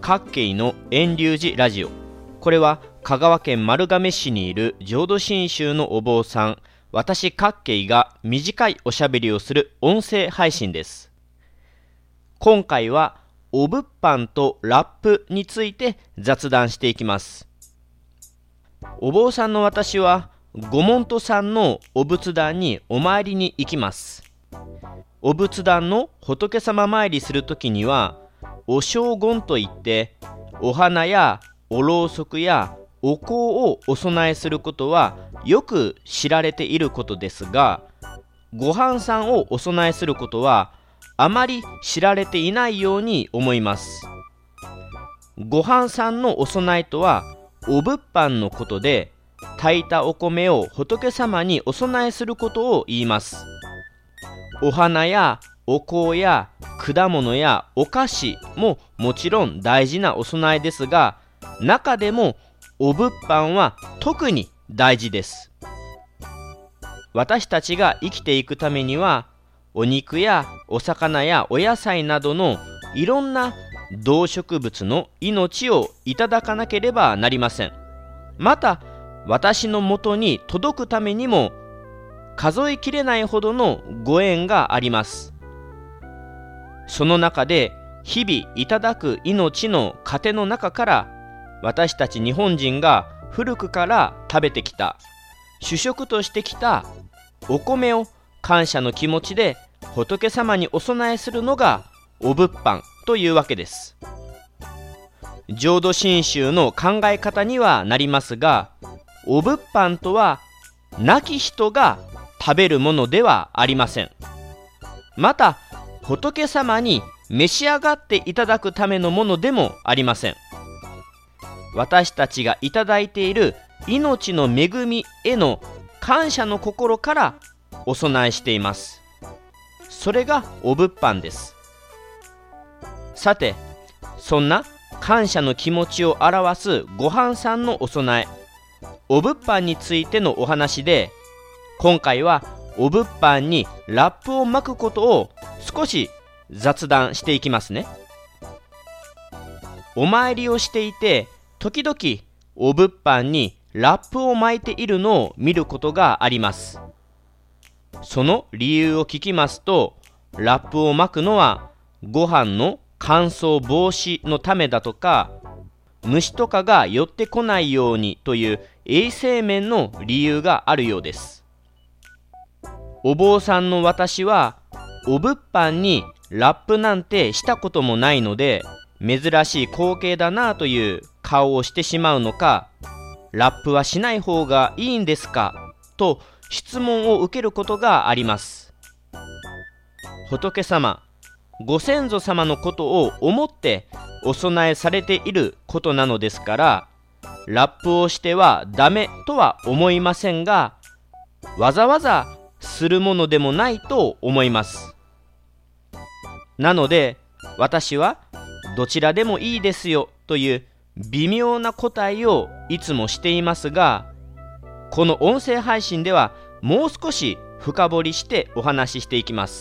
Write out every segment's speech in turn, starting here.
各系の遠流寺ラジオ。これは香川県丸亀市にいる浄土真宗のお坊さん、私各系が短いおしゃべりをする音声配信です。今回はお物販とラップについて雑談していきます。お坊さんの私はご門徒さんのお仏壇にお参りに行きます。お仏壇の仏様参りするときにはお正言といってお花やおろうそくやお香をお供えすることはよく知られていることですが、ご飯さんをお供えすることはあまり知られていないように思います。ご飯さんのお供えとはお物販のことで、炊いたお米を仏様にお供えすることを言います。お花やお香や果物やお菓子ももちろん大事なお供えですが、中でもお物販は特に大事です。私たちが生きていくためには、お肉やお魚やお野菜などのいろんな動植物の命をいただかなければなりません。また私のもとに届くためにも数えきれないほどのご縁があります。その中で日々いただく命の糧の中から、私たち日本人が古くから食べてきた主食としてきたお米を感謝の気持ちで仏様にお供えするのがお物販というわけです。浄土真宗の考え方にはなりますが、お物販とは亡き人が食べるものではありません。また仏様に召し上がっていただくためのものでもありません。私たちがいただいている命の恵みへの感謝の心からお供えしています。それがお物販です。さて、そんな感謝の気持ちを表すご飯さんのお供え、お物販についてのお話で、今回はお物販にラップを巻くことを少し雑談していきますね。お参りをしていて、時々お物販にラップを巻いているのを見ることがあります。その理由を聞きますと、ラップを巻くのはご飯の乾燥防止のためだとか、虫とかが寄ってこないようにという衛生面の理由があるようです。お坊さんの私はお物販にラップなんてしたこともないので、珍しい光景だなという顔をしてしまうのか、ラップはしない方がいいんですかと質問を受けることがあります。仏様、ご先祖様のことを思ってお供えされていることなのですから、ラップをしてはダメとは思いませんが、わざわざするものでもないと思います。なので私はどちらでもいいですよという微妙な答えをいつもしていますが、この音声配信ではもう少し深掘りしてお話ししていきます。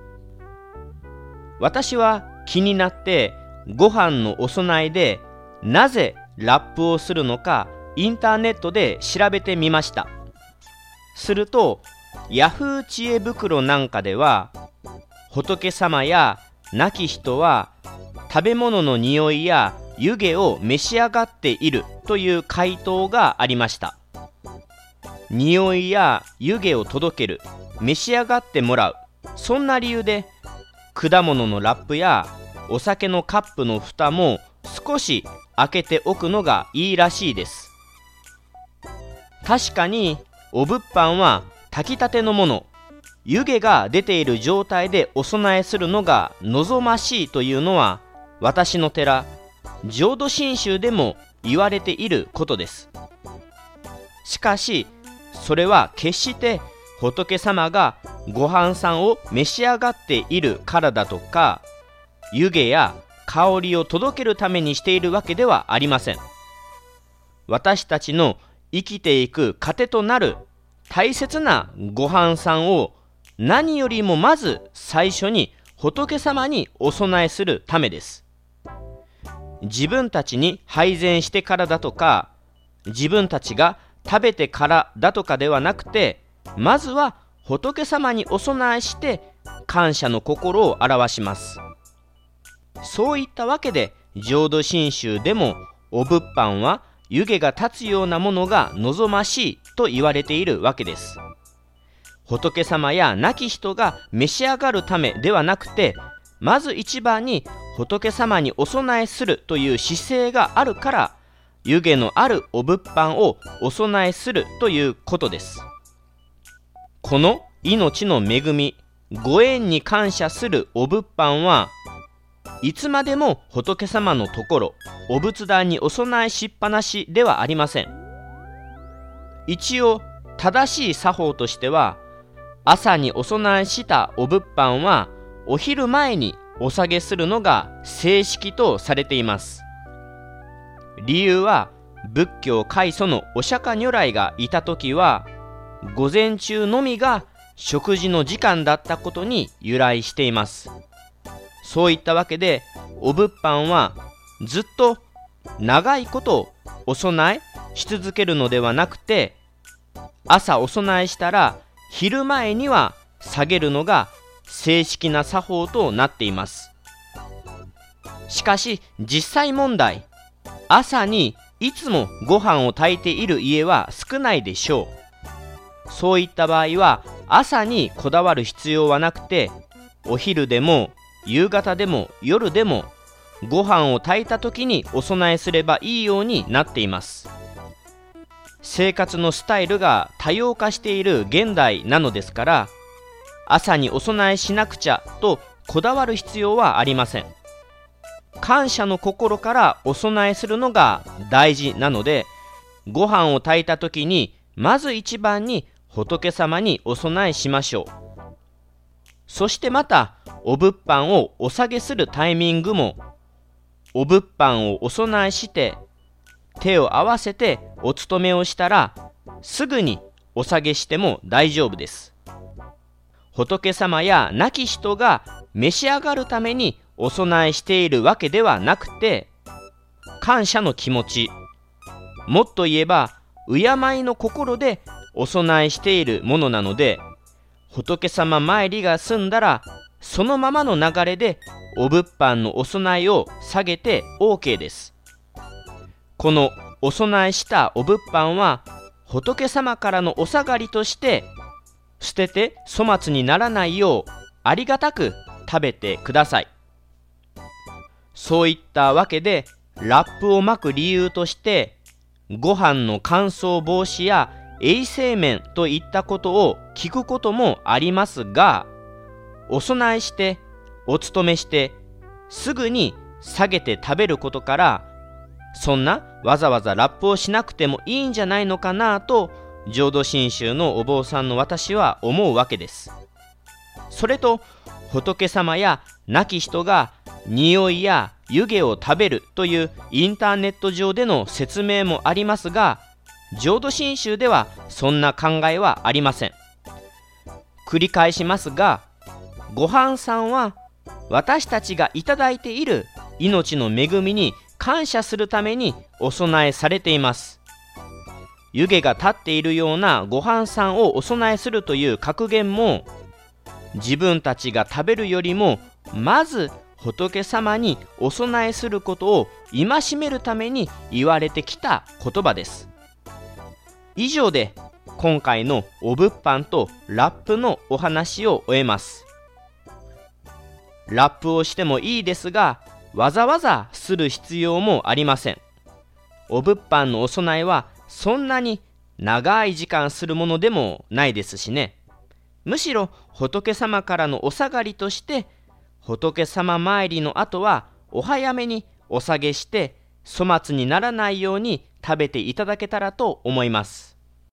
私は気になってご飯のお供えでなぜラップをするのかインターネットで調べてみました。するとヤフー知恵袋なんかでは、仏様や亡き人は食べ物の匂いや湯気を召し上がっているという回答がありました。匂いや湯気を届ける、召し上がってもらう、そんな理由で果物のラップやお酒のカップの蓋も少し開けておくのがいいらしいです。確かにお物販は炊きたてのもの、湯気が出ている状態でお供えするのが望ましいというのは、私の寺浄土真宗でも言われていることです。しかしそれは決して仏様がご飯さんを召し上がっているからだとか、湯気や香りを届けるためにしているわけではありません。私たちの生きていく糧となる大切なご飯さんを何よりもまず最初に仏様にお供えするためです。 自分たちに配膳してからだとか、自分たちが食べてからだとかではなくて、まずは仏様にお供えして感謝の心を表します。そういったわけで、浄土真宗でもお仏飯は湯気が立つようなものが望ましいと言われているわけです。仏様や亡き人が召し上がるためではなくて、まず一番に仏様にお供えするという姿勢があるから、湯気のあるお仏飯をお供えするということです。この命の恵み、ご縁に感謝するお仏飯はいつまでも仏様のところ、お仏壇にお供えしっぱなしではありません。一応正しい作法としては、朝にお供えしたお仏飯はお昼前にお下げするのが正式とされています。理由は、仏教開祖のお釈迦如来がいた時は午前中のみが食事の時間だったことに由来しています。そういったわけで、お仏飯はずっと長いことお供えし続けるのではなくて、朝お供えしたら昼前には下げるのが正式な作法となっています。しかし実際問題、朝にいつもご飯を炊いている家は少ないでしょう。そういった場合は朝にこだわる必要はなくて、お昼でも夕方でも夜でもご飯を炊いた時にお供えすればいいようになっています。生活のスタイルが多様化している現代なのですから、朝にお供えしなくちゃとこだわる必要はありません。感謝の心からお供えするのが大事なので、ご飯を炊いた時にまず一番に仏様にお供えしましょう。そしてまたお仏飯をお下げするタイミングも、お仏飯をお供えして手を合わせてお勤めをしたら、すぐにお下げしても大丈夫です。仏様や亡き人が召し上がるためにお供えしているわけではなくて、感謝の気持ち、もっと言えば敬いの心でお供えしているものなので、仏様参りが済んだらそのままの流れでお仏飯のお供えを下げて OK です。このお供えしたお仏飯は仏様からのお下がりとして捨てて粗末にならないようありがたく食べてください。そういったわけで、ラップを巻く理由として、ご飯の乾燥防止や衛生面といったことを聞くこともありますが、お供えしてお勤めしてすぐに下げて食べることから、そんなわざわざラップをしなくてもいいんじゃないのかなと、浄土真宗のお坊さんの私は思うわけです。それと、仏様や亡き人が匂いや湯気を食べるというインターネット上での説明もありますが、浄土真宗ではそんな考えはありません。繰り返しますが、ご飯さんは私たちがいただいている命の恵みに感謝するためにお供えされています。湯気が立っているようなご飯さんをお供えするという格言も、自分たちが食べるよりもまず仏様にお供えすることを戒めるために言われてきた言葉です。以上で今回のお仏飯とラップのお話を終えます。ラップをしてもいいですが、わざわざする必要もありません。お仏飯のお供えはそんなに長い時間するものでもないですしね。むしろ仏様からのお下がりとして、仏様参りの後はお早めにお下げして粗末にならないように食べていただけたらと思います。